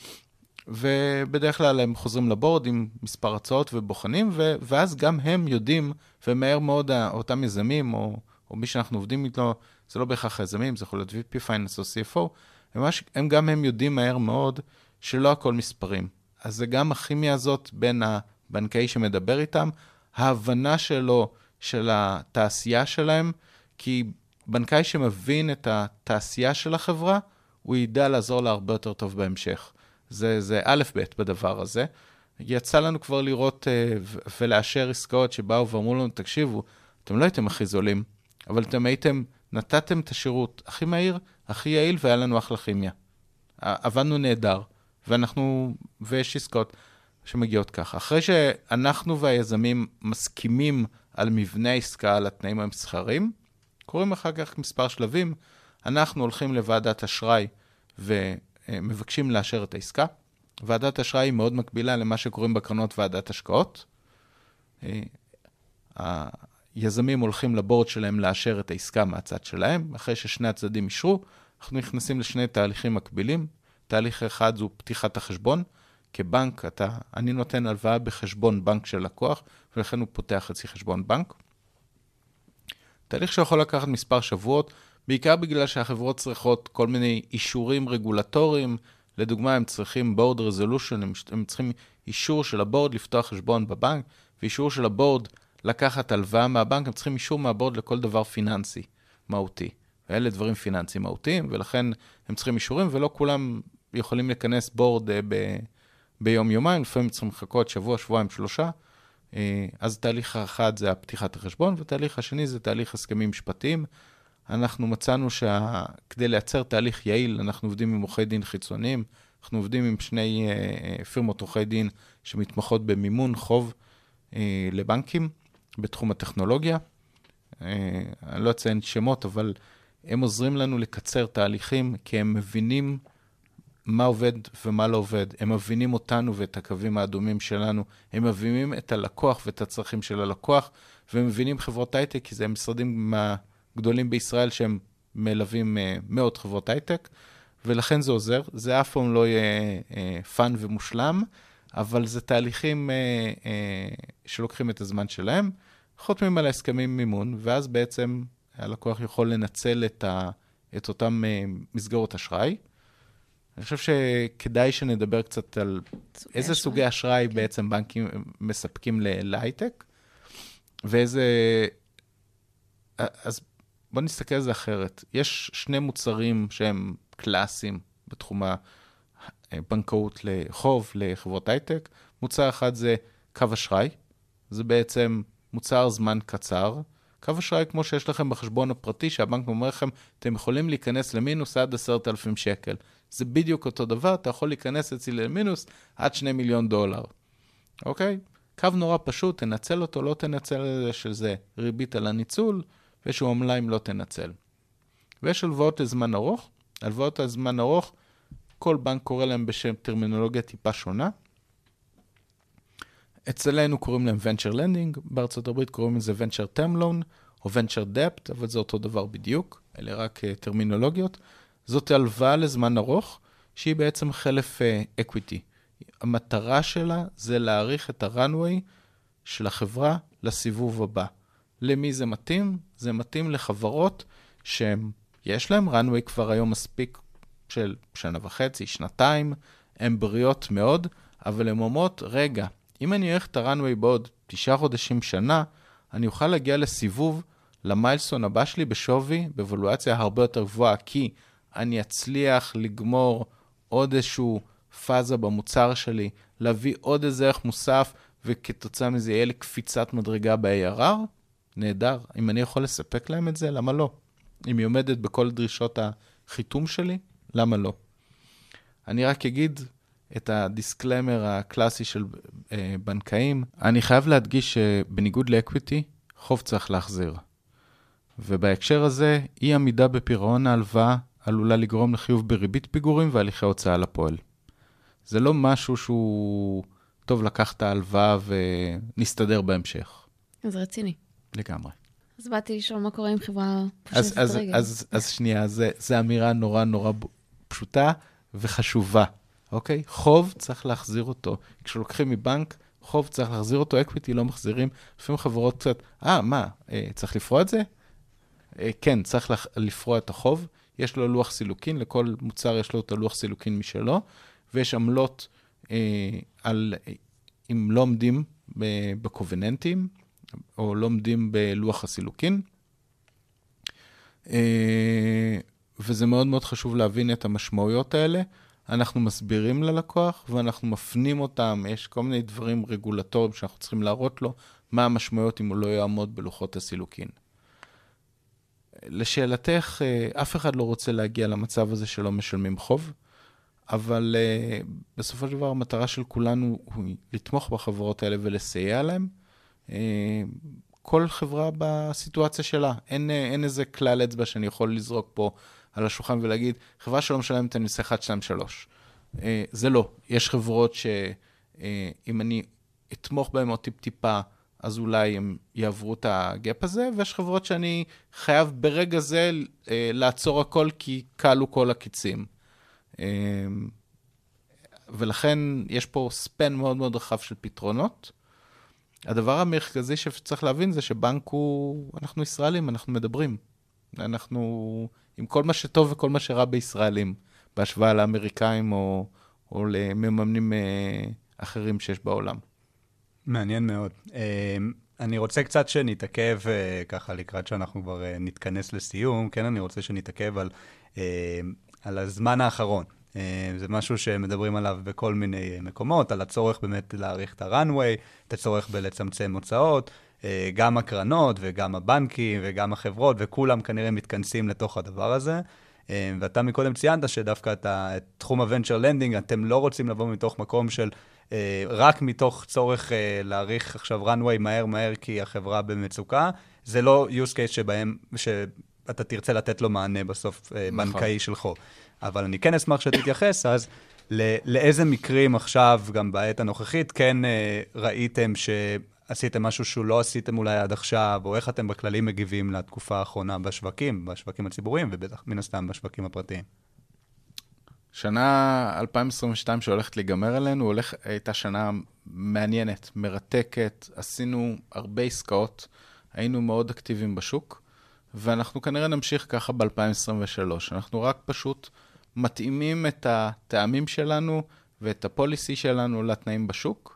ובדרך כלל הם חוזרים לבורד עם מספר הצעות ובוחנים, ו- ואז גם הם יודעים, ומהר מאוד אותם יזמים, או, או מי שאנחנו עובדים איתו, זה לא בהכרח יזמים, זה יכול להיות V P Finance או C F O, הם, הם גם הם יודעים מהר מאוד שלא הכל מספרים. אז זה גם הכימיה הזאת בין הבנקאי שמדבר איתם, ההבנה שלו, של התעשייה שלהם, כי בנקאי שמבין את התעשייה של החברה, הוא ידע לעזור לה הרבה יותר טוב בהמשך. זה, זה א' ב' בדבר הזה. יצא לנו כבר לראות uh, ולאשר עסקאות שבאו ואמרו לנו, תקשיבו, אתם לא הייתם הכי זולים, אבל אתם הייתם, נתתם את השירות הכי מהיר, הכי יעיל, והיה לנו אחלה כימיה. עבדנו נהדר, ואנחנו, ויש עסקאות שמגיעות ככה. אחרי שאנחנו והיזמים מסכימים על מבנה העסקה, על התנאים המסחרים. קוראים אחר כך מספר שלבים. אנחנו הולכים לוועדת אשראי ומבקשים לאשר את העסקה. ועדת אשראי היא מאוד מקבילה למה שקוראים בקרנות ועדת השקעות. היזמים הולכים לבורד שלהם לאשר את העסקה מהצד שלהם. אחרי ששני הצדדים אישרו, אנחנו נכנסים לשני תהליכים מקבילים. תהליך אחד זו פתיחת החשבון. כבנק, אתה, אני נותן הלוואה בחשבון בנק של לקוח, ולכן הוא פותח חצי חשבון בנק. תהליך שיכול לקחת מספר שבועות, בעיקר בגלל שהחברות צריכות כל מיני אישורים רגולטוריים, לדוגמה הם צריכים board resolution, הם, הם צריכים אישור של הבורד לפתוח חשבון בבנק, ואישור של הבורד לקחת הלוואה מהבנק, הם צריכים אישור מהבורד לכל דבר פיננסי, מהותי. ואלה דברים פיננסיים מהותיים, ולכן הם צריכים אישורים, ולא כולם יכולים לכנס בורד ב... ביום יומיים, לפעמים צריכים לחכות שבוע, שבועיים, שלושה. אז תהליך האחד זה הפתיחת החשבון, ותהליך השני זה תהליך הסכמים משפטיים. אנחנו מצאנו שכדי לייצר תהליך יעיל, אנחנו עובדים עם עורכי דין חיצוניים, אנחנו עובדים עם שני פירמות עורכי דין שמתמחות במימון חוב לבנקים בתחום הטכנולוגיה. אני לא אציין שמות, אבל הם עוזרים לנו לקצר תהליכים, כי הם מבינים מה עובד ומה לא עובד. הם מבינים אותנו ואת הקווים האדומים שלנו. הם מבינים את הלקוח ואת הצרכים של הלקוח, והם מבינים חברות הייטק, כי זה משרדים גדולים בישראל שהם מלווים מאות חברות הייטק, ולכן זה עוזר. זה אף פעם לא יהיה פן ומושלם, אבל זה תהליכים שלוקחים את הזמן שלהם, חותמים על ההסכמים מימון, ואז בעצם הלקוח יכול לנצל את, ה, את אותם מסגרות אשראי. אני חושב שכדאי שנדבר קצת על איזה סוגי אשראי בעצם בנקים מספקים להייטק, ואיזה... אז בוא נסתכל על זה אחרת. יש שני מוצרים שהם קלאסיים בתחום הבנקאות לחוב, לחברות הייטק. מוצר אחד זה קו אשראי, זה בעצם מוצר זמן קצר. קו אשראי כמו שיש לכם בחשבון הפרטי, שהבנק אומר לכם, אתם יכולים להיכנס למינוס עד עשרת אלפים שקל. זה בדיוק אותו דבר, אתה יכול להיכנס אצלי למינוס עד שני מיליון דולר. אוקיי? קו נורא פשוט, תנצל אותו, לא תנצל שזה ריבית על הניצול, ויש עמלה אם לא תנצל. ויש הלוואות לזמן ארוך. הלוואות לזמן ארוך, כל בנק קורא להם בשם טרמינולוגיה טיפה שונה. אצלנו קוראים להם venture lending, בארצות הברית קוראים לזה venture term loan, או venture debt, אבל זה אותו דבר בדיוק, אלה רק uh, טרמינולוגיות. זאת הלוואה לזמן ארוך, שהיא בעצם חלף uh, equity. המטרה שלה זה להאריך את ה-runway של החברה לסיבוב הבא. למי זה מתאים? זה מתאים לחברות שיש להם runway כבר היום מספיק של שנה וחצי, שנתיים, הן בריאות מאוד, אבל הן אומרות, רגע, אם אני אורך את ה-runway בעוד תשעה חודשים שנה, אני אוכל להגיע לסיבוב למיילסון הבא שלי בשווי, בוולואציה הרבה יותר גבוהה, כי אני אצליח לגמור עוד איזשהו פאזה במוצר שלי, להביא עוד איזה ערך מוסף, וכתוצאה מזה יהיה לי קפיצת מדרגה ב-איי אר אר, נהדר. אם אני יכול לספק להם את זה, למה לא? אם היא עומדת בכל דרישות החיתום שלי, למה לא? אני רק אגיד את הדיסקלמר הקלאסי של אה, בנקאים. אני חייב להדגיש שבניגוד לאקוויטי, חוב צריך להחזיר. ובהקשר הזה, אי עמידה בפירעון ההלוואה עלולה לגרום לחיוב בריבית פיגורים והליכי הוצאה לפועל. זה לא משהו שהוא טוב לקח את ההלוואה ונסתדר בהמשך. אז רציני. לגמרי. אז באתי לשאול מה קורה עם חברה פושטת רגל. אז, אז, אז שנייה, זה, זה אמירה נורא נורא פשוטה וחשובה. אוקיי? חוב צריך להחזיר אותו. כשלוקחים מבנק, חוב צריך להחזיר אותו, אקוויטי לא מחזירים. לפעמים חברות קצת, אה, מה, אה, צריך לפרוע את זה? אה, כן, צריך לפרוע את החוב. יש לו לוח סילוקין, לכל מוצר יש לו את הלוח סילוקין משלו, ויש עמלות אה, על, אם לא עומדים בקובננטים, או לא עומדים בלוח הסילוקין. אה, וזה מאוד מאוד חשוב להבין את המשמעויות האלה. אנחנו מסבירים ללקוח, ואנחנו מפנים אותם, יש כל מיני דברים רגולטוריים שאנחנו צריכים להראות לו, מה המשמעויות אם הוא לא יעמוד בלוחות הסילוקין. לשאלתך, אף אחד לא רוצה להגיע למצב הזה שלא משלמים חוב, אבל בסופו של דבר המטרה של כולנו היא לתמוך בחברות האלה ולסייע להם. כל חברה בסיטואציה שלה. אין, אין איזה כלל אצבע שאני יכול לזרוק פה על השולחן ולהגיד, חברה שלא משלמת אני עושה אחת, שתיים, שלוש. זה לא. יש חברות שאם אני אתמוך בהן עוד טיפ-טיפה, אז אולי הם יעברו את הגאפ הזה, ויש חברות שאני חייב ברגע זה לעצור הכל, כי קלו כל הקיצים. ולכן יש פה ספן מאוד מאוד רחב של פתרונות. הדבר המרכזי שצריך להבין זה שבנק הוא, אנחנו ישראלים, אנחנו מדברים. אנחנו, עם כל מה שטוב וכל מה שרע בישראלים, בהשוואה לאמריקאים או, או למממנים אחרים שיש בעולם. מעניין מאוד. אני רוצה קצת שנתעכב ככה לקראת שאנחנו כבר נתכנס לסיום, כן, אני רוצה שנתעכב על, על הזמן האחרון. זה משהו שמדברים עליו בכל מיני מקומות, על הצורך באמת להאריך את הראנוויי, את הצורך בלצמצם הוצאות, גם הקרנות וגם הבנקים וגם החברות, וכולם כנראה מתכנסים לתוך הדבר הזה. ואתה מקודם ציינת שדווקא את תחום הוונצ'ר לנדינג, אתם לא רוצים לבוא מתוך מקום של רק מתוך צורך להאריך עכשיו ראנוויי מהר מהר כי החברה במצוקה, זה לא use case שבהם, שאתה תרצה לתת לו מענה בסוף בנקאי של חוב. אבל אני כן אשמח שתתייחס, אז לאיזה מקרים עכשיו, גם בעת הנוכחית, כן ראיתם שעשיתם משהו שהוא לא עשיתם אולי עד עכשיו, או איך אתם בכללים מגיבים לתקופה האחרונה בשווקים, בשווקים הציבוריים, ובטח מן הסתם בשווקים הפרטיים. שנה אלפיים עשרים ושתיים שהולכת להיגמר אלינו, הולך, הייתה שנה מעניינת, מרתקת, עשינו הרבה עסקאות, היינו מאוד אקטיביים בשוק, ואנחנו כנראה נמשיך ככה ב-אלפיים עשרים ושלוש. אנחנו רק פשוט מתאימים את הטעמים שלנו ואת הפוליסי שלנו לתנאים בשוק.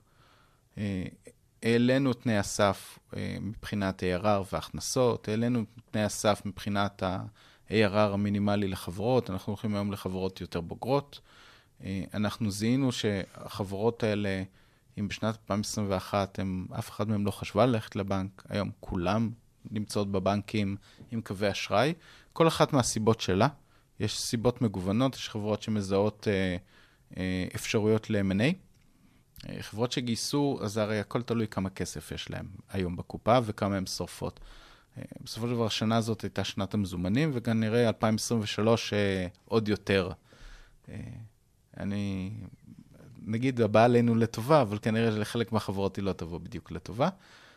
העלינו תנאי הסף מבחינת ה-איי אר אר והכנסות, העלינו תנאי הסף מבחינת ה-איי אר אר המינימלי לחברות, אנחנו הולכים היום לחברות יותר בוגרות. אנחנו זיהינו שהחברות האלה, אם בשנת אלפיים עשרים ואחת, הם, אף אחד מהם לא חשבה ללכת לבנק, היום כולם נמצאות בבנקים עם קווי אשראי, כל אחת מהסיבות שלה, יש סיבות מגוונות, יש חברות שמזהות אה, אה, אפשרויות ל-אם אנד איי, אה, חברות שגייסו, אז הרי הכל תלוי כמה כסף יש להם היום בקופה וכמה הן שורפות. אה, בסופו של דבר השנה הזאת הייתה שנת המזומנים, וגם נראה אלפיים עשרים ושלוש אה, עוד יותר. אה, אני, נגיד, הבאה עלינו לטובה, אבל כנראה לחלק מהחברות היא לא תבוא בדיוק לטובה.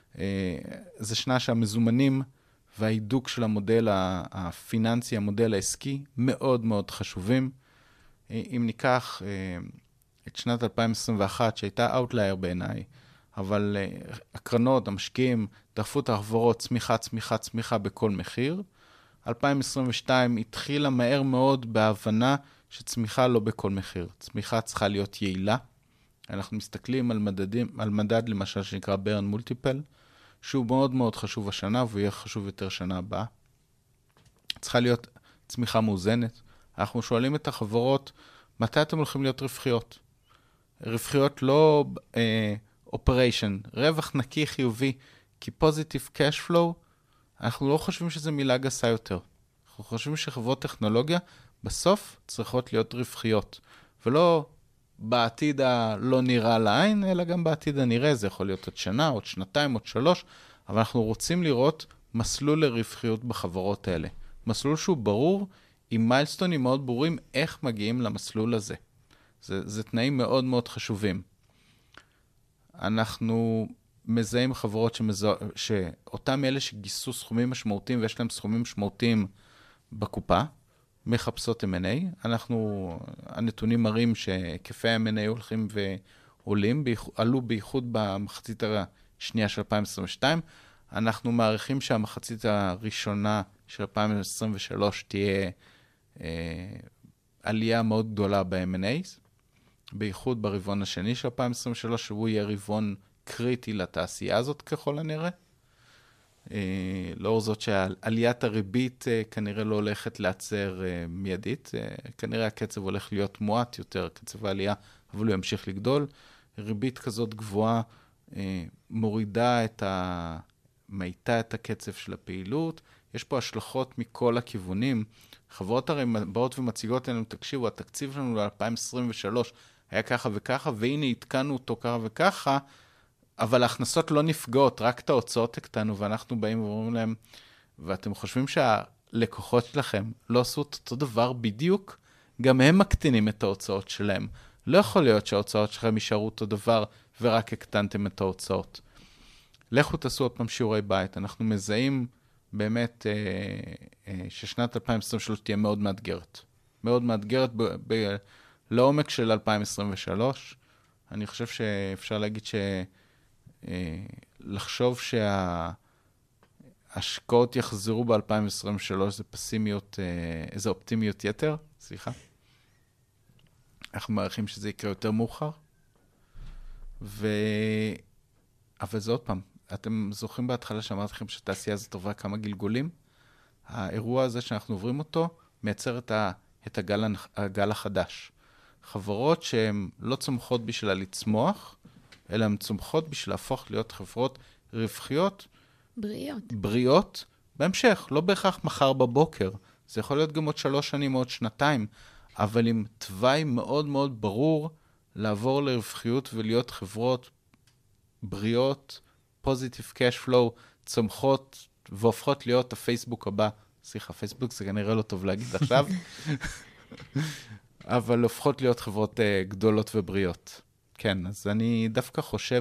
זה שנה שהמזומנים וההידוק של המודל הפיננסי, המודל העסקי, מאוד מאוד חשובים. אם ניקח את שנת אלפיים עשרים ואחת, שהייתה אאוטלייר בעיניי, אבל הקרנות, המשקיעים, דחפו את החברות צמיחה, צמיחה, צמיחה בכל מחיר. אלפיים עשרים ושתיים התחילה מהר מאוד בהבנה שצמיחה לא בכל מחיר. צמיחה צריכה להיות יעילה. אנחנו מסתכלים על מדדים, על מדד למשל שנקרא ברן מולטיפל, שהוא מאוד מאוד חשוב השנה, והוא יהיה חשוב יותר שנה הבאה. צריכה להיות צמיחה מאוזנת. אנחנו שואלים את החברות, מתי אתם הולכים להיות רווחיות? רווחיות לא אופריישן, uh, רווח נקי חיובי, כי פוזיטיב קאש פלואו, אנחנו לא חושבים שזה מילה גסה יותר. אנחנו חושבים שחברות טכנולוגיה בסוף צריכות להיות רווחיות, ולא בעתיד הלא נראה לעין, אלא גם בעתיד הנראה, זה יכול להיות עוד שנה, עוד שנתיים, עוד שלוש, אבל אנחנו רוצים לראות מסלול לרווחיות בחברות האלה. מסלול שהוא ברור, עם מיילסטונים מאוד ברורים, איך מגיעים למסלול הזה. זה, זה תנאים מאוד מאוד חשובים. אנחנו מזהים חברות שמזוה... שאותם אלה שגיסו סכומים משמעותיים, ויש להם סכומים משמעותיים בקופה, מחפשות אם אנד איי. אנחנו, הנתונים מראים שהיקפי אם אנד איי הולכים ועולים, עלו בייחוד במחצית השנייה של אלפיים עשרים ושתיים. אנחנו מעריכים שהמחצית הראשונה של אלפיים עשרים ושלוש תהיה אה, עלייה מאוד גדולה ב-אם אנד איי, בייחוד ברבעון השני של אלפיים עשרים ושלוש, שהוא יהיה רבעון קריטי לתעשייה הזאת ככל הנראה. אה, לאור זאת שעליית הריבית אה, כנראה לא הולכת לעצר אה, מיידית, אה, כנראה הקצב הולך להיות מועט יותר, קצב העלייה, אבל הוא ימשיך לגדול. ריבית כזאת גבוהה אה, מורידה את ה... מאיתה את הקצב של הפעילות, יש פה השלכות מכל הכיוונים. חברות הרי באות ומציגות לנו, תקשיבו, התקציב שלנו ל-אלפיים עשרים ושלוש היה ככה וככה, והנה התקנו אותו ככה וככה, אבל ההכנסות לא נפגעות, רק את ההוצאות הקטנו, ואנחנו באים ואומרים להם, ואתם חושבים שהלקוחות שלכם לא עשו את אותו דבר בדיוק, גם הם מקטינים את ההוצאות שלהם. לא יכול להיות שההוצאות שלכם יישארו אותו דבר, ורק הקטנתם את ההוצאות. לכו תעשו עוד פעם שיעורי בית. אנחנו מזהים באמת אה, אה, ששנת אלפיים עשרים ושלוש תהיה מאוד מאתגרת. מאוד מאתגרת ב- ב- לעומק של אלפיים עשרים ושלוש. אני חושב שאפשר להגיד ש... אה, לחשוב שההשקעות יחזרו ב-אלפיים עשרים ושלוש זה פסימיות, אה, איזו אופטימיות יתר, סליחה. אנחנו מעריכים שזה יקרה יותר מאוחר. ו... אבל זה עוד פעם, אתם זוכרים בהתחלה שאמרתי לכם שהתעשייה הזאת עוברה כמה גלגולים? האירוע הזה שאנחנו עוברים אותו, מייצר את, ה... את הגל, הגל החדש. חברות שהן לא צומחות בשביל לצמוח, אלא הן צומחות בשביל להפוך להיות חברות רווחיות. בריאות. בריאות, בהמשך, לא בהכרח מחר בבוקר. זה יכול להיות גם עוד שלוש שנים, עוד שנתיים, אבל עם תוואי מאוד מאוד ברור לעבור לרווחיות ולהיות חברות בריאות, positive cash flow, צומחות והופכות להיות הפייסבוק הבא. סליחה, פייסבוק זה כנראה לא טוב להגיד עכשיו, אבל הופכות להיות חברות uh, גדולות ובריאות. כן, אז אני דווקא חושב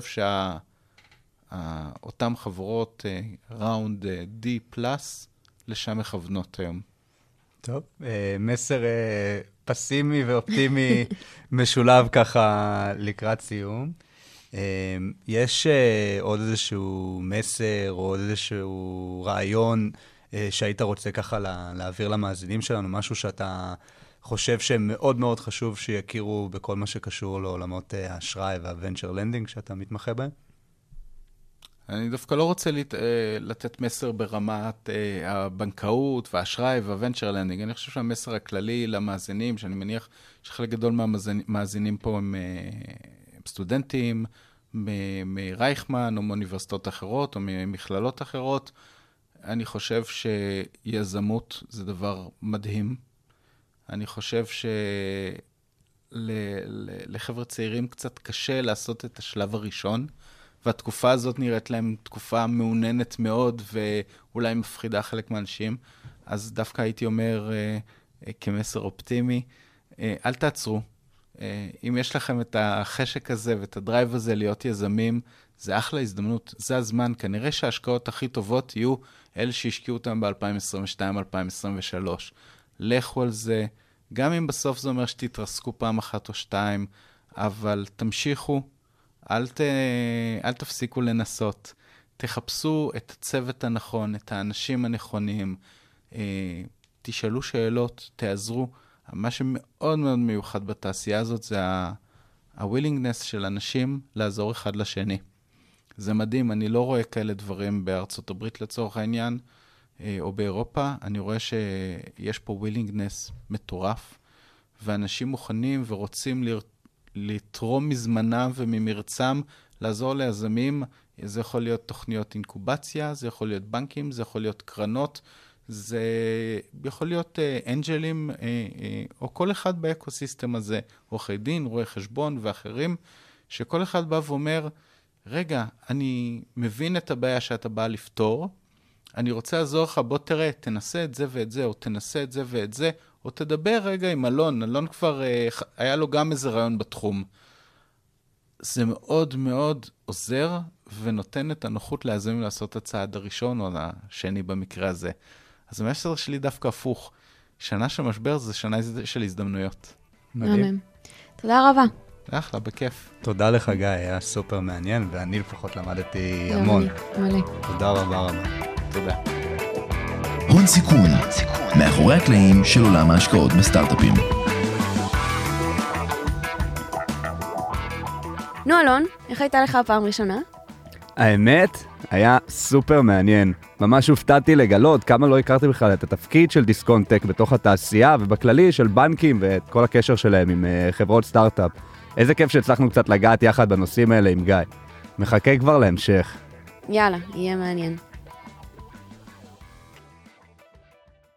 שאותן uh, חברות ראונד uh, uh, D פלאס, לשם מכוונות היום. טוב, uh, מסר uh, פסימי ואופטימי משולב ככה לקראת סיום. Uh, יש uh, עוד איזשהו מסר או עוד איזשהו רעיון uh, שהיית רוצה ככה לה, להעביר למאזינים שלנו, משהו שאתה חושב שמאוד מאוד חשוב שיכירו בכל מה שקשור לעולמות האשראי והוונצ'ר לנדינג שאתה מתמחה בהם? אני דווקא לא רוצה לת... לתת מסר ברמת הבנקאות והאשראי והוונצ'ר לנדינג. אני חושב שהמסר הכללי למאזינים, שאני מניח שחלק גדול מהמאזינים פה הם סטודנטים מרייכמן או מאוניברסיטאות אחרות או ממכללות אחרות, אני חושב שיזמות זה דבר מדהים. אני חושב שלחבר'ה צעירים קצת קשה לעשות את השלב הראשון, והתקופה הזאת נראית להם תקופה מעוננת מאוד, ואולי מפחידה חלק מהאנשים. אז דווקא הייתי אומר, כמסר אופטימי, אל תעצרו. אם יש לכם את החשק הזה ואת הדרייב הזה להיות יזמים, זה אחלה הזדמנות, זה הזמן. כנראה שההשקעות הכי טובות יהיו אלה שהשקיעו אותם ב-אלפיים עשרים ושתיים אלפיים עשרים ושלוש. לכו על זה, גם אם בסוף זה אומר שתתרסקו פעם אחת או שתיים, אבל תמשיכו, אל, ת, אל תפסיקו לנסות. תחפשו את הצוות הנכון, את האנשים הנכונים, אה, תשאלו שאלות, תעזרו. מה שמאוד מאוד מיוחד בתעשייה הזאת זה ה-willingness של אנשים לעזור אחד לשני. זה מדהים, אני לא רואה כאלה דברים בארצות הברית לצורך העניין, או באירופה. אני רואה שיש פה willingness מטורף, ואנשים מוכנים ורוצים לתרום מזמנם וממרצם לעזור ליזמים. זה יכול להיות תוכניות אינקובציה, זה יכול להיות בנקים, זה יכול להיות קרנות, זה יכול להיות אנג'לים, או כל אחד באקוסיסטם הזה, עורכי דין, רואי חשבון ואחרים, שכל אחד בא ואומר, רגע, אני מבין את הבעיה שאתה בא לפתור, אני רוצה לעזור לך, בוא תראה, תנסה את זה ואת זה, או תנסה את זה ואת זה, או תדבר רגע עם אלון, אלון כבר היה לו גם איזה רעיון בתחום. זה מאוד מאוד עוזר, ונותן את הנוחות ליזמים לעשות את הצעד הראשון, או השני במקרה הזה. אז המסר שלי דווקא הפוך. שנה של משבר זה שנה של הזדמנויות. מדהים. תודה רבה. אחלה, בכיף. תודה לך גיא, היה סופר מעניין, ואני לפחות למדתי המון. מלא. תודה רבה רבה. תודה. הון סיכון, מאחורי הקלעים של עולם ההשקעות בסטארט-אפים. נו אלון, איך הייתה לך הפעם ראשונה? האמת, היה סופר מעניין. ממש הופתעתי לגלות כמה לא הכרתי בכלל את התפקיד של דיסקונט-טק בתוך התעשייה ובכללי של בנקים ואת כל הקשר שלהם עם uh, חברות סטארט-אפ. איזה כיף שהצלחנו קצת לגעת יחד בנושאים האלה עם גיא. מחכה כבר להמשך. יאללה, יהיה מעניין.